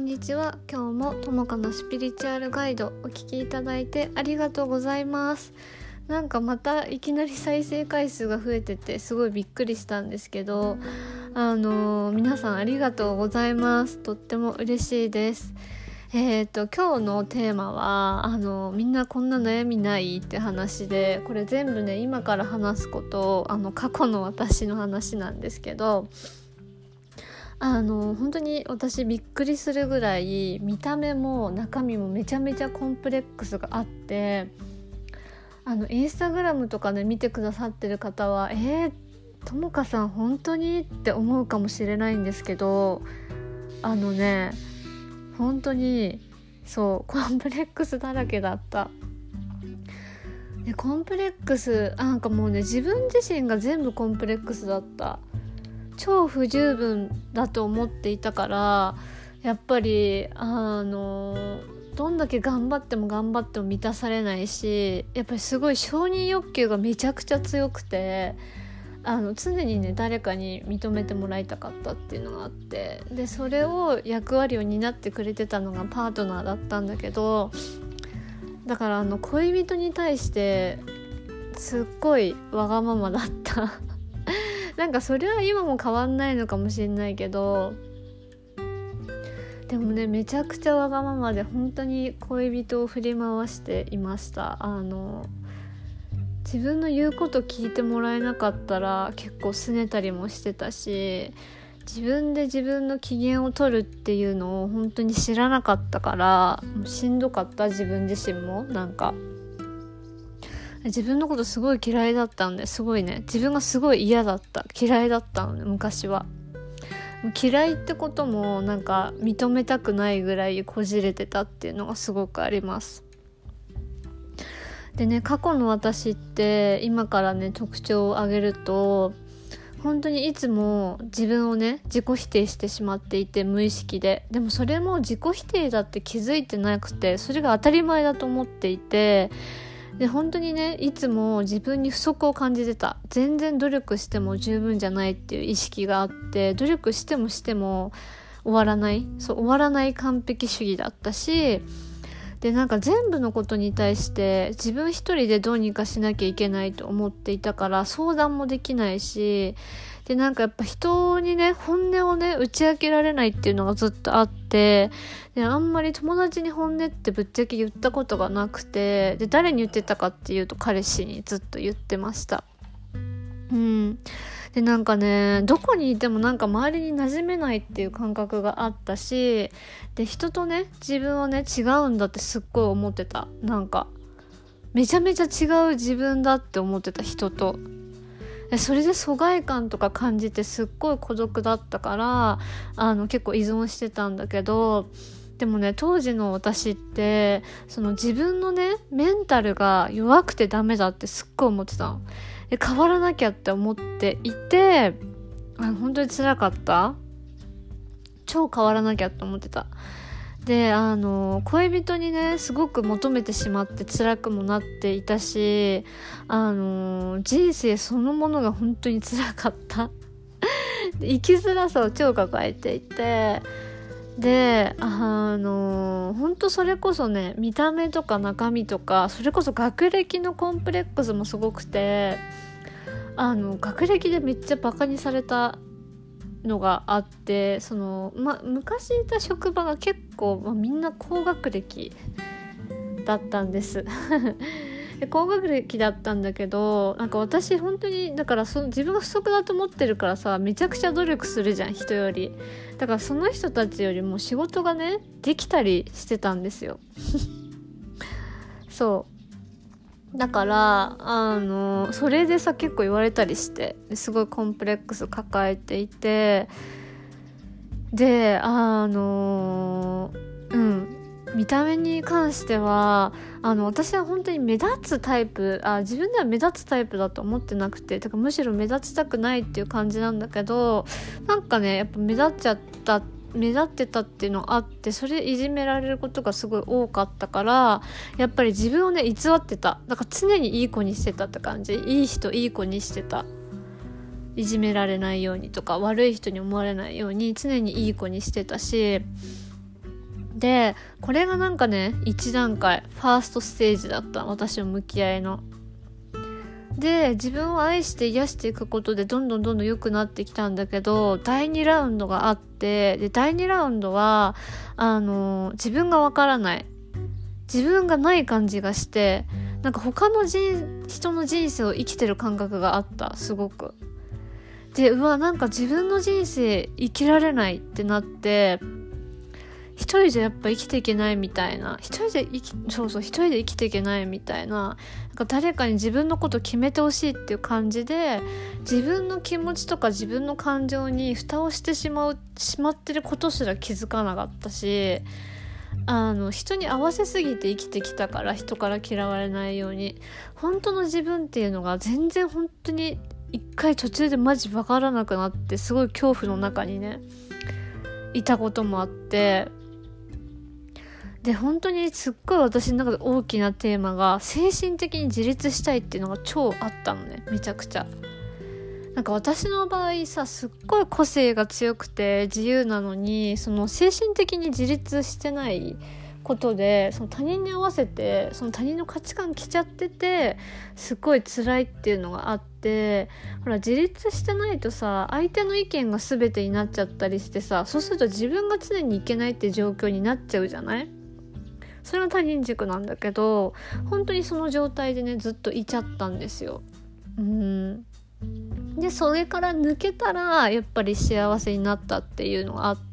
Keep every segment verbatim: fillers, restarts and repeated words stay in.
んにちは。今日もともかのスピリチュアルガイドお聞きいただいてありがとうございます。なんかまたいきなり再生回数が増えててすごいびっくりしたんですけど、あのー、皆さんありがとうございます。とっても嬉しいです。えーと今日のテーマはあのみんなこんな悩みないって話で、これ全部ね今から話すことあの過去の私の話なんですけど、あの本当に私びっくりするぐらい見た目も中身もめちゃめちゃコンプレックスがあって、あのインスタグラムとかね見てくださってる方はえー、ともかさん本当にって思うかもしれないんですけど、あのね本当にそうコンプレックスだらけだった。でコンプレックスなんかもうね自分自身が全部コンプレックスだった。超不十分だと思っていたから、やっぱりあのどんだけ頑張っても頑張っても満たされないし、やっぱりすごい承認欲求がめちゃくちゃ強くて、あの常にね誰かに認めてもらいたかったっていうのがあって、でそれを役割を担ってくれてたのがパートナーだったんだけど、だからあの恋人に対してすっごいわがままだったなんかそれは今も変わんないのかもしれないけど、でもねめちゃくちゃわがままで本当に恋人を振り回していました。あの自分の言うこと聞いてもらえなかったら結構拗ねたりもしてたし、自分で自分の機嫌を取るっていうのを本当に知らなかったからもうしんどかった。自分自身もなんか自分のことすごい嫌いだったんで、すごいね自分がすごい嫌だった嫌いだったのね昔は。嫌いってこともなんか認めたくないぐらいこじれてたっていうのがすごくあります。でね過去の私って今からね特徴を挙げると、本当にいつも自分をね自己否定してしまっていて、無意識ででもそれも自己否定だって気づいてなくて、それが当たり前だと思っていて、で本当にねいつも自分に不足を感じてた。全然努力しても十分じゃないっていう意識があって、努力してもしても終わらないそう終わらない完璧主義だったし、でなんか全部のことに対して自分一人でどうにかしなきゃいけないと思っていたから相談もできないし、でなんかやっぱ人にね本音をね打ち明けられないっていうのがずっとあって、であんまり友達に本音ってぶっちゃけ言ったことがなくて、で誰に言ってたかっていうと彼氏にずっと言ってました。うんでなんかねどこにいてもなんか周りに馴染めないっていう感覚があったし、で人とね自分はね違うんだってすっごい思ってた。なんかめちゃめちゃ違う自分だって思ってた人と。それで疎外感とか感じてすっごい孤独だったから、あの結構依存してたんだけど、でもね当時の私ってその自分のねメンタルが弱くてダメだってすっごい思ってたの。で変わらなきゃって思っていて、あの本当に辛かった。超変わらなきゃって思ってた。であの恋人にねすごく求めてしまって辛くもなっていたし、あの人生そのものが本当に辛かった生きづらさを超抱えていて、であの本当それこそね見た目とか中身とか、それこそ学歴のコンプレックスもすごくて、あの学歴でめっちゃバカにされたのがあって、その、ま、昔いた職場が結構、ま、みんな高学歴だったんですで高学歴だったんだけど、なんか私本当にだからその自分が不足だと思ってるからさ、めちゃくちゃ努力するじゃん人より。だからその人たちよりも仕事がねできたりしてたんですよそうだからあのそれでさ結構言われたりして、すごいコンプレックス抱えていて、であのうん見た目に関してはあの私は本当に目立つタイプあ自分では目立つタイプだと思ってなくて、てかむしろ目立ちたくないっていう感じなんだけど、なんかねやっぱ目立っちゃった目立ってたっていうのあって、それいじめられることがすごい多かったから、やっぱり自分をね偽ってた。だから常にいい子にしてたって感じ。いい人いい子にしてた。いじめられないようにとか悪い人に思われないように常にいい子にしてたし、 でこれがなんかね一段階ファーストステージだった、私の向き合いの。で自分を愛して癒していくことでどんどんどんどん良くなってきたんだけど、だいにラウンドがあって、でだいにラウンドはあの自分がわからない、自分がない感じがして、なんか他の人人の人生を生きてる感覚があった、すごく。でうわなんか自分の人生生きられないってなって、一人じゃやっぱ生きていけないみたいな、一人で生きそうそう一人で生きていけないみたいな、なんか誰かに自分のこと決めてほしいっていう感じで、自分の気持ちとか自分の感情に蓋をしてしまうしまってることすら気づかなかったし、あの人に合わせすぎて生きてきたから、人から嫌われないように本当の自分っていうのが全然本当に一回途中でマジ分からなくなって、すごい恐怖の中にねいたこともあって、で本当にすっごい私の中で大きなテーマが精神的に自立したいっていうのが超あったのね、めちゃくちゃ。なんか私の場合さ、すっごい個性が強くて自由なのに、その精神的に自立してないことで、その他人に合わせてその他人の価値観来ちゃってて、すっごい辛いっていうのがあって、ほら自立してないとさ、相手の意見が全てになっちゃったりしてさ、そうすると自分が常にいけないって状況になっちゃうじゃない。それが他人軸なんだけど、本当にその状態でねずっといちゃったんですよ。うんでそれから抜けたらやっぱり幸せになったっていうのがあって、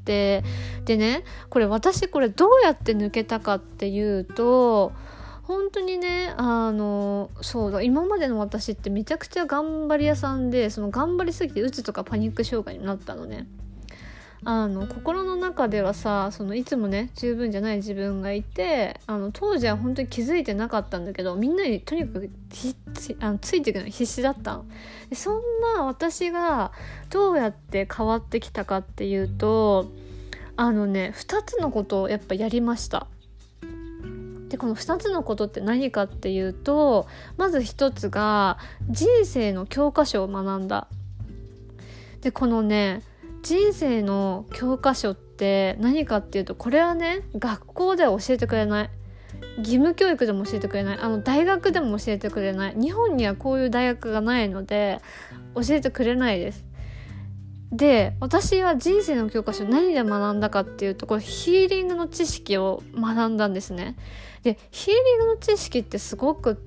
でねこれ私これどうやって抜けたかっていうと、本当にねあのそうだ今までの私ってめちゃくちゃ頑張り屋さんで、その頑張りすぎてうつとかパニック障害になったのね。あの心の中ではさ、そのいつもね十分じゃない自分がいて、あの当時は本当に気づいてなかったんだけど、みんなにとにかくひつあのついていくのに必死だったので。そんな私がどうやって変わってきたかっていうと、あのねふたつのことをやっぱやりました。でこのふたつのことって何かっていうと、まずひとつが人生の教科書を学んだ。でこのね人生の教科書って何かっていうと、これはね学校では教えてくれない、義務教育でも教えてくれない、あの大学でも教えてくれない、日本にはこういう大学がないので教えてくれないです。で私は人生の教科書何で学んだかっていうと、これヒーリングの知識を学んだんですね。でヒーリングの知識ってすごくって、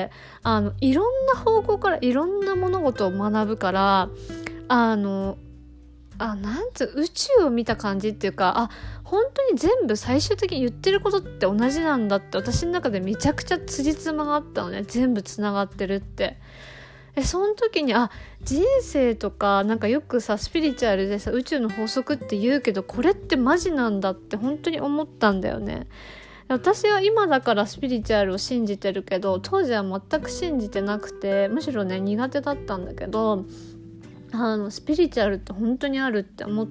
あのいろんな方向からいろんな物事を学ぶから、あのあなんつう宇宙を見た感じっていうか、あ本当に全部最終的に言ってることって同じなんだって、私の中でめちゃくちゃ辻褄があったのね、全部つながってるって。えその時にあ人生とかなんかよくさスピリチュアルでさ宇宙の法則って言うけど、これってマジなんだって本当に思ったんだよね。私は今だからスピリチュアルを信じてるけど、当時は全く信じてなくて、むしろね苦手だったんだけど、あのスピリチュアルって本当にあるって思って、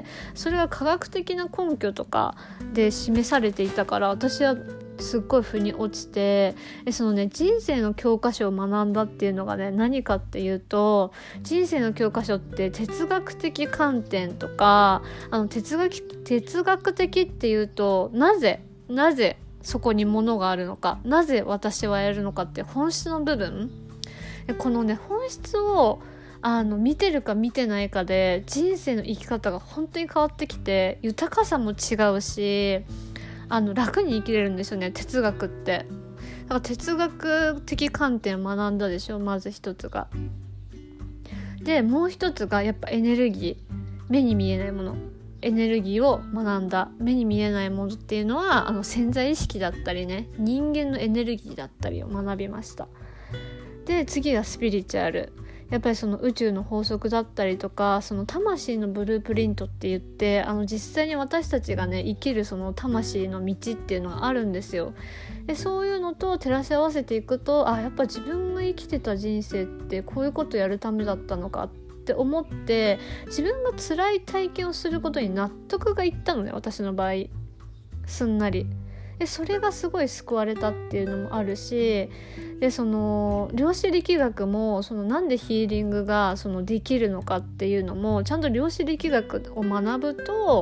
それが科学的な根拠とかで示されていたから、私はすっごい腑に落ちて、えそのね人生の教科書を学んだっていうのがね何かっていうと、人生の教科書って哲学的観点とか、あの哲学哲学的っていうと、なぜなぜそこに物があるのか、なぜ私はやるのかって本質の部分、このね本質をあの見てるか見てないかで人生の生き方が本当に変わってきて、豊かさも違うし、あの楽に生きれるんですよね、哲学って。だから哲学的観点を学んだでしょ、まず一つが。でもう一つがやっぱエネルギー、目に見えないもの、エネルギーを学んだ。目に見えないものっていうのはあの潜在意識だったりね、人間のエネルギーだったりを学びました。で次がスピリチュアル、やっぱりその宇宙の法則だったりとか、その魂のブループリントって言って、あの実際に私たちがね生きるその魂の道っていうのがあるんですよ。でそういうのと照らし合わせていくと、あやっぱ自分が生きてた人生ってこういうことやるためだったのかって思って、自分が辛い体験をすることに納得がいったのね、私の場合すんなり。でそれがすごい救われたっていうのもあるし、でその量子力学もそのなんでヒーリングがそのできるのかっていうのもちゃんと量子力学を学ぶと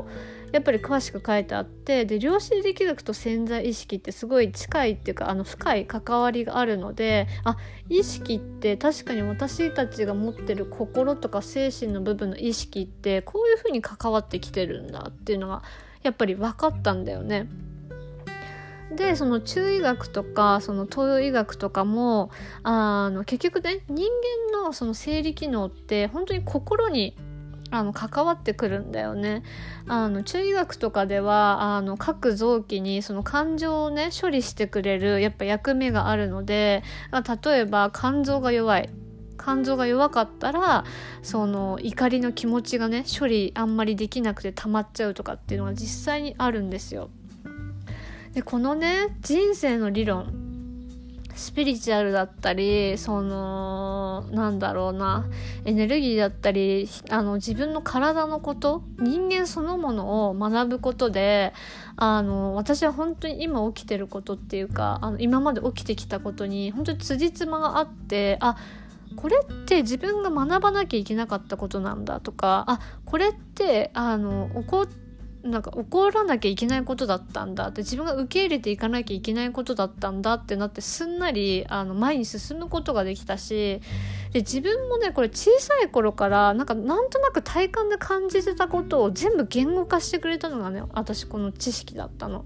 やっぱり詳しく書いてあって、で量子力学と潜在意識ってすごい近いっていうか、あの深い関わりがあるので、あ、意識って確かに私たちが持ってる心とか精神の部分の意識ってこういう風に関わってきてるんだっていうのがやっぱり分かったんだよね。でその中医学とかその東洋医学とかもあの結局ね、人間のその生理機能って本当に心にあの関わってくるんだよね。あの中医学とかではあの各臓器にその感情をね処理してくれるやっぱ役目があるので、例えば肝臓が弱い肝臓が弱かったらその怒りの気持ちがね処理あんまりできなくて溜まっちゃうとかっていうのが実際にあるんですよ。でこのね人生の理論、スピリチュアルだったり、そのなんだろうな、エネルギーだったり、あの自分の体のこと、人間そのものを学ぶことで、あの私は本当に今起きてることっていうか、あの今まで起きてきたことに本当に辻褄があって、あ、これって自分が学ばなきゃいけなかったことなんだとか、あ、これってあの起こってなんか怒らなきゃいけないことだったんだって、自分が受け入れていかなきゃいけないことだったんだってなって、すんなりあの前に進むことができたし、で自分もねこれ小さい頃からなんかなんとなく体感で感じてたことを全部言語化してくれたのがね、私この知識だったの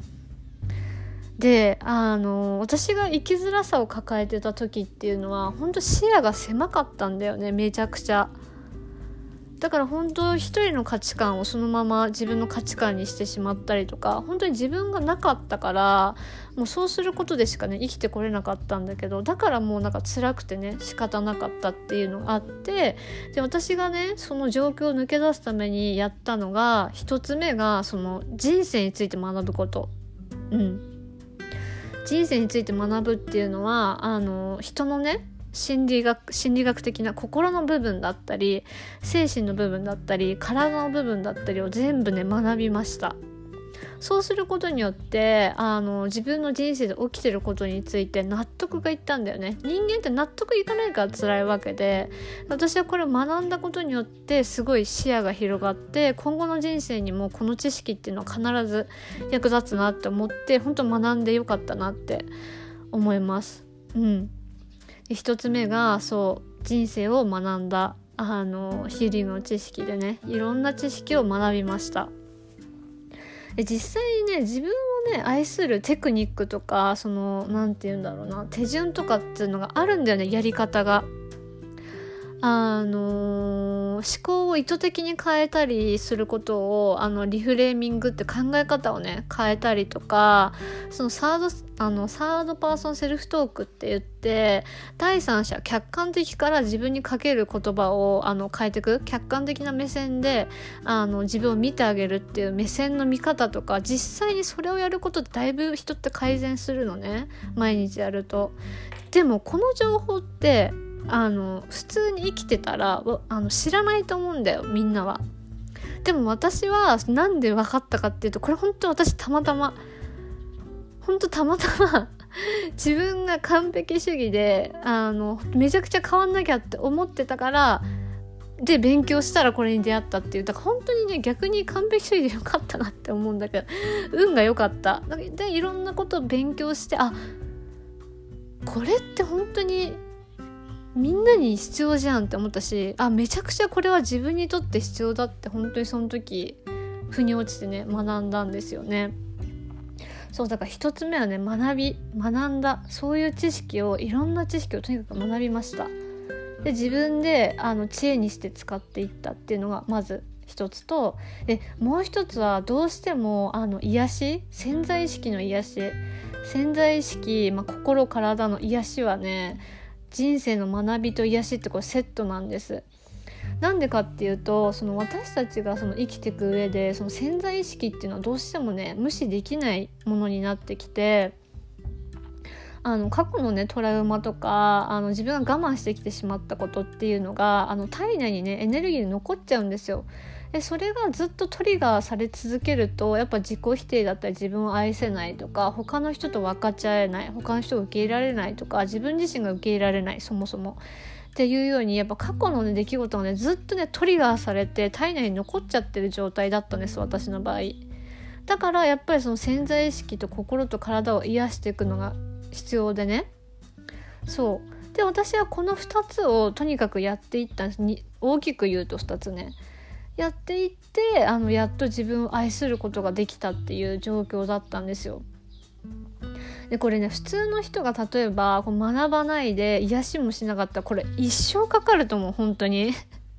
で、あの私が生きづらさを抱えてた時っていうのは本当視野が狭かったんだよね、めちゃくちゃ。だから本当一人の価値観をそのまま自分の価値観にしてしまったりとか、本当に自分がなかったからもうそうすることでしかね生きてこれなかったんだけど、だからもうなんか辛くてね仕方なかったっていうのがあって、で私がねその状況を抜け出すためにやったのが、一つ目がその人生について学ぶこと。うん人生について学ぶっていうのは、あの人のね心理学、心理学的な心の部分だったり、精神の部分だったり、体の部分だったりを全部ね学びました。そうすることによってあの自分の人生で起きてることについて納得がいったんだよね。人間って納得いかないから辛いわけで、私はこれを学んだことによってすごい視野が広がって、今後の人生にもこの知識っていうのは必ず役立つなって思って、本当学んでよかったなって思います。うん一つ目がそう人生を学んだあのヒーリングの知識でね、いろんな知識を学びました。で実際にね自分をね愛するテクニックとか、そのなんて言うんだろうな、手順とかっていうのがあるんだよね、やり方が。あの思考を意図的に変えたりすることをあのリフレーミングって考え方をね変えたりとか、そのサードあのサードパーソンセルフトークって言って、第三者客観的から自分にかける言葉をあの変えていく、客観的な目線であの自分を見てあげるっていう目線の見方とか、実際にそれをやることでだいぶ人って改善するのね、毎日やると。でもこの情報ってあの普通に生きてたらあの知らないと思うんだよ、みんなは。でも私はなんで分かったかっていうと、これ本当私たまたま本当たまたま自分が完璧主義であのめちゃくちゃ変わんなきゃって思ってたからで勉強したらこれに出会ったっていう、だから本当にね逆に完璧主義でよかったなって思うんだけど、運が良かった。でいろんなことを勉強して、あ、これって本当にみんなに必要じゃんって思ったし、あ、めちゃくちゃこれは自分にとって必要だって本当にその時腑に落ちてね学んだんですよね。そうだから一つ目はね学び学んだ、そういう知識をいろんな知識をとにかく学びました。で自分であの知恵にして使っていったっていうのがまず一つと、でもう一つはどうしてもあの癒し、潜在意識の癒し、潜在意識、まあ、心体の癒しはね人生の学びと癒しってこれセットなんです。なんでかっていうと、その私たちがその生きていく上でその潜在意識っていうのはどうしてもね無視できないものになってきて、あの過去のねトラウマとかあの自分が我慢してきてしまったことっていうのがあの体内にねエネルギーで残っちゃうんですよ。 でそれがずっとトリガーされ続けるとやっぱ自己否定だったり自分を愛せないとか他の人と分かち合えない他の人が受け入れられないとか自分自身が受け入れられないそもそもっていうようにやっぱ過去の、ね、出来事がねずっとねトリガーされて体内に残っちゃってる状態だったんです私の場合。だからやっぱりその潜在意識と心と体を癒していくのが必要でね。そうで私はこのふたつをとにかくやっていったんですに大きく言うとふたつねやっていってあのやっと自分を愛することができたっていう状況だったんですよ。でこれね普通の人が例えばこう学ばないで癒しもしなかったらこれ一生かかると思う本当に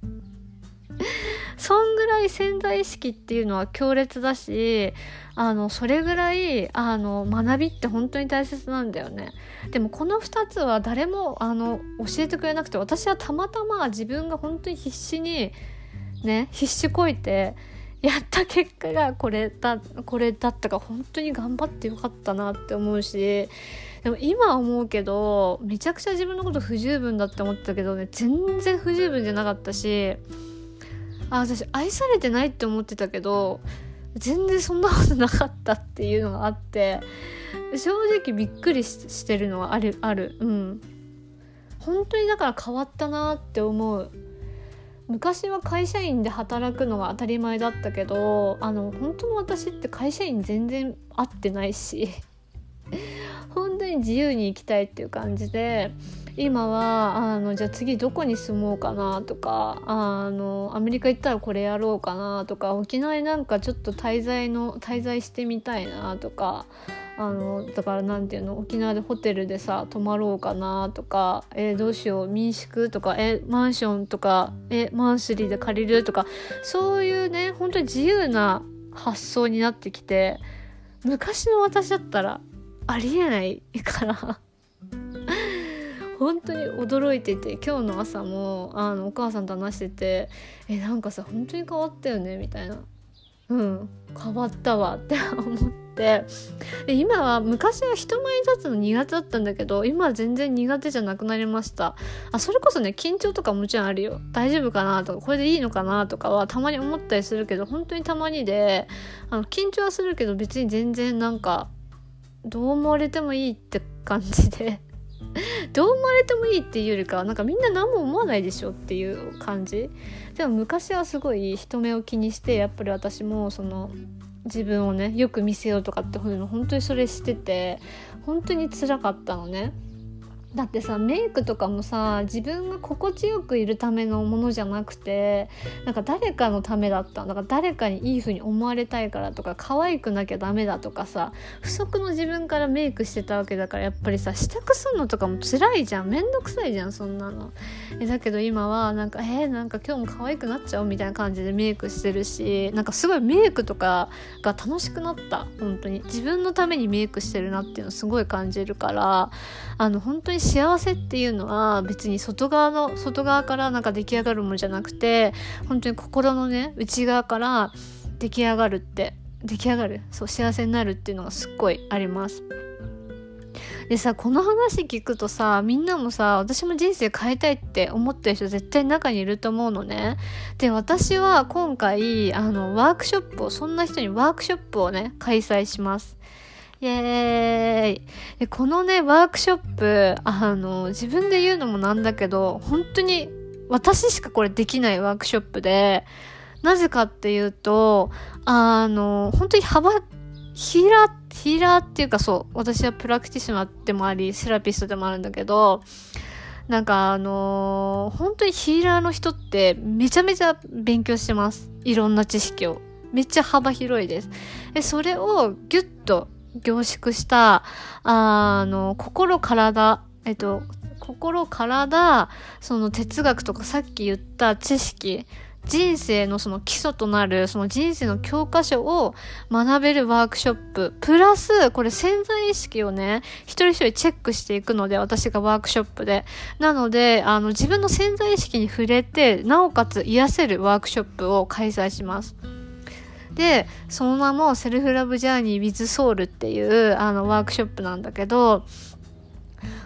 そんぐらい潜在意識っていうのは強烈だしあのそれぐらいあの学びって本当に大切なんだよね。でもこのふたつは誰もあの教えてくれなくて私はたまたま自分が本当に必死にね必死こいてやった結果がこれだこれだったから本当に頑張ってよかったなって思うしでも今思うけどめちゃくちゃ自分のこと不十分だって思ってたけどね全然不十分じゃなかったしあ私愛されてないって思ってたけど全然そんなことなかったっていうのがあって正直びっくり し, してるのはあるあるうん本当にだから変わったなって思う。昔は会社員で働くのが当たり前だったけどあの本当の私って会社員全然合ってないし本当に自由に生きたいっていう感じで今はあのじゃあ次どこに住もうかなとかあのアメリカ行ったらこれやろうかなとか沖縄になんかちょっと滞在の滞在してみたいなとかあのだからなんていうの沖縄でホテルでさ泊まろうかなとかえー、どうしよう民宿とかえマンションとかえマンスリーで借りるとかそういうね本当に自由な発想になってきて昔の私だったらありえないから本当に驚いてて今日の朝もあのお母さんと話しててえなんかさ本当に変わったよねみたいなうん変わったわって思ってで今は昔は人前に立つの苦手だったんだけど今は全然苦手じゃなくなりました。あそれこそね緊張とかもちろんあるよ大丈夫かなとかこれでいいのかなとかはたまに思ったりするけど本当にたまにであの緊張はするけど別に全然なんかどう思われてもいいって感じでどう思われてもいいっていうよりかはなんかみんな何も思わないでしょっていう感じでも昔はすごい人目を気にしてやっぱり私もその自分をねよく見せようとかっていうの本当にそれしてて本当に辛かったのね。だってさメイクとかもさ自分が心地よくいるためのものじゃなくてなんか誰かのためだっただから誰かにいい風に思われたいからとか可愛くなきゃダメだとかさ不足の自分からメイクしてたわけだからやっぱりさ支度するのとかも辛いじゃんめんどくさいじゃんそんなのえだけど今はなんかえー、なんか今日も可愛くなっちゃうみたいな感じでメイクしてるしなんかすごいメイクとかが楽しくなった本当に自分のためにメイクしてるなっていうのすごい感じるからあの本当に幸せっていうのは別に外側の外側からなんか出来上がるものじゃなくて本当に心のね内側から出来上がるって出来上がるそう幸せになるっていうのがすっごいあります。でさこの話聞くとさみんなもさ私も人生変えたいって思ってる人絶対中にいると思うのね。で私は今回あのワークショップをそんな人にワークショップをね開催します。イエーイ。でこのねワークショップあの自分で言うのもなんだけど本当に私しかこれできないワークショップでなぜかっていうとあの本当に幅ヒーラーヒーラーっていうかそう私はプラクティショナーでもありセラピストでもあるんだけどなんかあのー、本当にヒーラーの人ってめちゃめちゃ勉強してますいろんな知識をめっちゃ幅広いです。でそれをギュッと凝縮したあの心体えっと心体その哲学とかさっき言った知識人生のその基礎となるその人生の教科書を学べるワークショッププラスこれ潜在意識をね一人一人チェックしていくので私がワークショップでなのであの自分の潜在意識に触れてなおかつ癒せるワークショップを開催します。でその名もセルフラブジャーニー with ソウルっていうあのワークショップなんだけど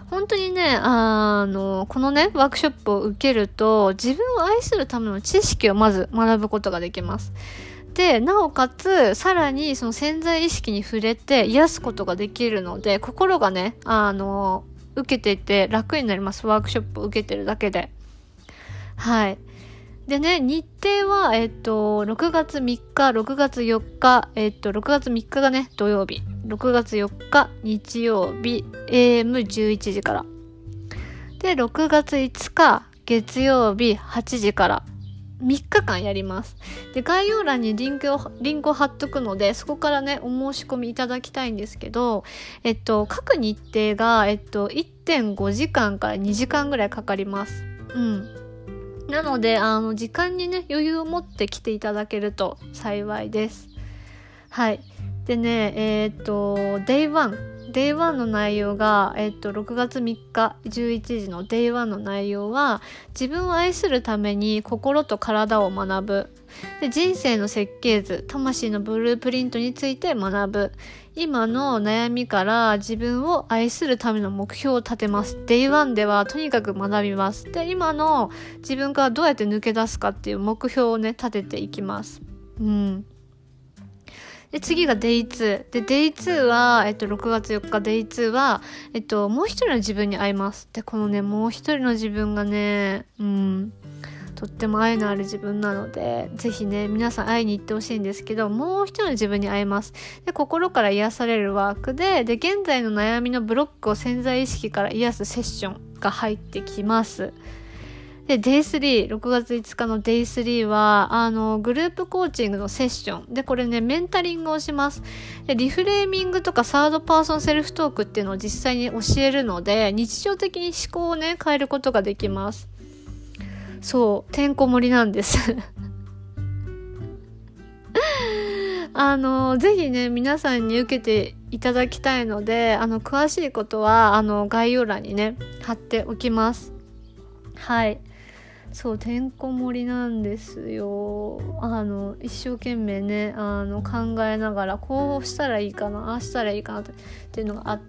本当にね、あの、このね、ワークショップを受けると、自分を愛するための知識をまず学ぶことができます。で、なおかつ、さらにその潜在意識に触れて癒すことができるので、心がね、あの、受けていて楽になります。ワークショップを受けてるだけで。はい。でね、日程は、えっと、ろくがつみっか、ろくがつよっか、えっと、ろくがつみっかがね、土曜日。ろくがつよっか、日曜日、エーエムじゅういちじから。で、ろくがついつか、月曜日、はちじから。みっかかんやります。で、概要欄にリンクを、リンクを貼っとくので、そこからね、お申し込みいただきたいんですけど、えっと、各日程が、えっと、いってんごじかんからにじかんぐらいかかります。うん。なので、あの、時間にね、余裕を持って来ていただけると幸いです。はい。でね、えー、っと、デイワン。デイワンの内容が、えー、っと、ろくがつみっかじゅういちじのデイワンの内容は、自分を愛するために心と体を学ぶ。で、人生の設計図、魂のブループリントについて学ぶ。今の悩みから自分を愛するための目標を立てます。デイワンではとにかく学びます。で、今の自分からどうやって抜け出すかっていう目標をね、立てていきます。うん。で、次が デイツー。で、デイツー は、えっと、ろくがつよっか デイツー は、えっと、もう一人の自分に会います。で、このね、もう一人の自分がね、うん、とっても愛のある自分なので、ぜひね、皆さん会いに行ってほしいんですけど、もう一人の自分に会います。で、心から癒されるワークで、で、現在の悩みのブロックを潜在意識から癒すセッションが入ってきます。で、デイスリー、ろくがついつかのデイスリーは、あの、グループコーチングのセッション。で、これね、メンタリングをします。で、リフレーミングとかサードパーソンセルフトークっていうのを実際に教えるので、日常的に思考をね、変えることができます。そう、てんこ盛りなんです。あの、ぜひね、皆さんに受けていただきたいので、あの、詳しいことは、あの、概要欄にね、貼っておきます。はい。そう、てんこ盛りなんですよ。あの一生懸命ね、あの考えながらこうしたらいいかな、ああしたらいいかなっていうのがあって、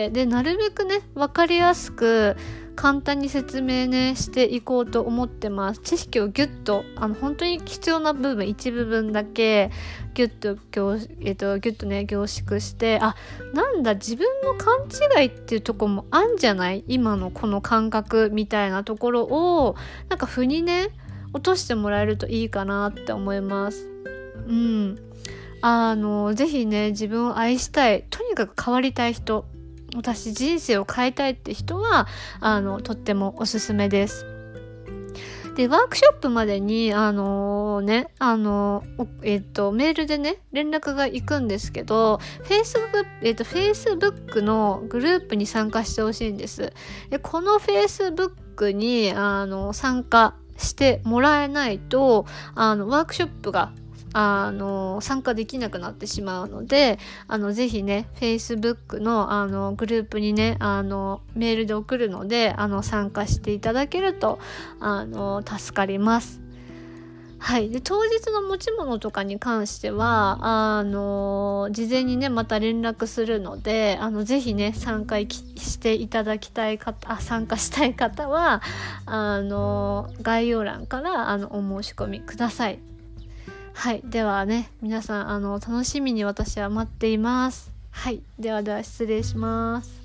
でなるべくね分かりやすく簡単に説明ねしていこうと思ってます。知識をギュッと、あの本当に必要な部分一部分だけギュッと凝、えっと、ギュッとね凝縮して、あ、なんだ自分の勘違いっていうところもあんじゃない、今のこの感覚みたいなところをなんか腑にね落としてもらえるといいかなって思います。うん。あのぜひね、自分を愛したい、とにかく変わりたい人、私人生を変えたいって人はあのとってもおすすめです。で、ワークショップまでに、あのー、ね、あのー、えっと、メールでね、連絡が行くんですけど、Facebook、えっと、Facebook のグループに参加してほしいんです。で、この Facebook に、あの、参加してもらえないと、あの、ワークショップが、あの参加できなくなってしまうので、あのぜひね Facebook のあのグループにねあのメールで送るので、あの参加していただけるとあの助かります。はい。で、当日の持ち物とかに関してはあの事前にねまた連絡するので、あのぜひね参加していただきたい方、あ参加したい方はあの概要欄からあのお申し込みください。はい。ではね、皆さん、あの、楽しみに私は待っています。はい。ではでは失礼します。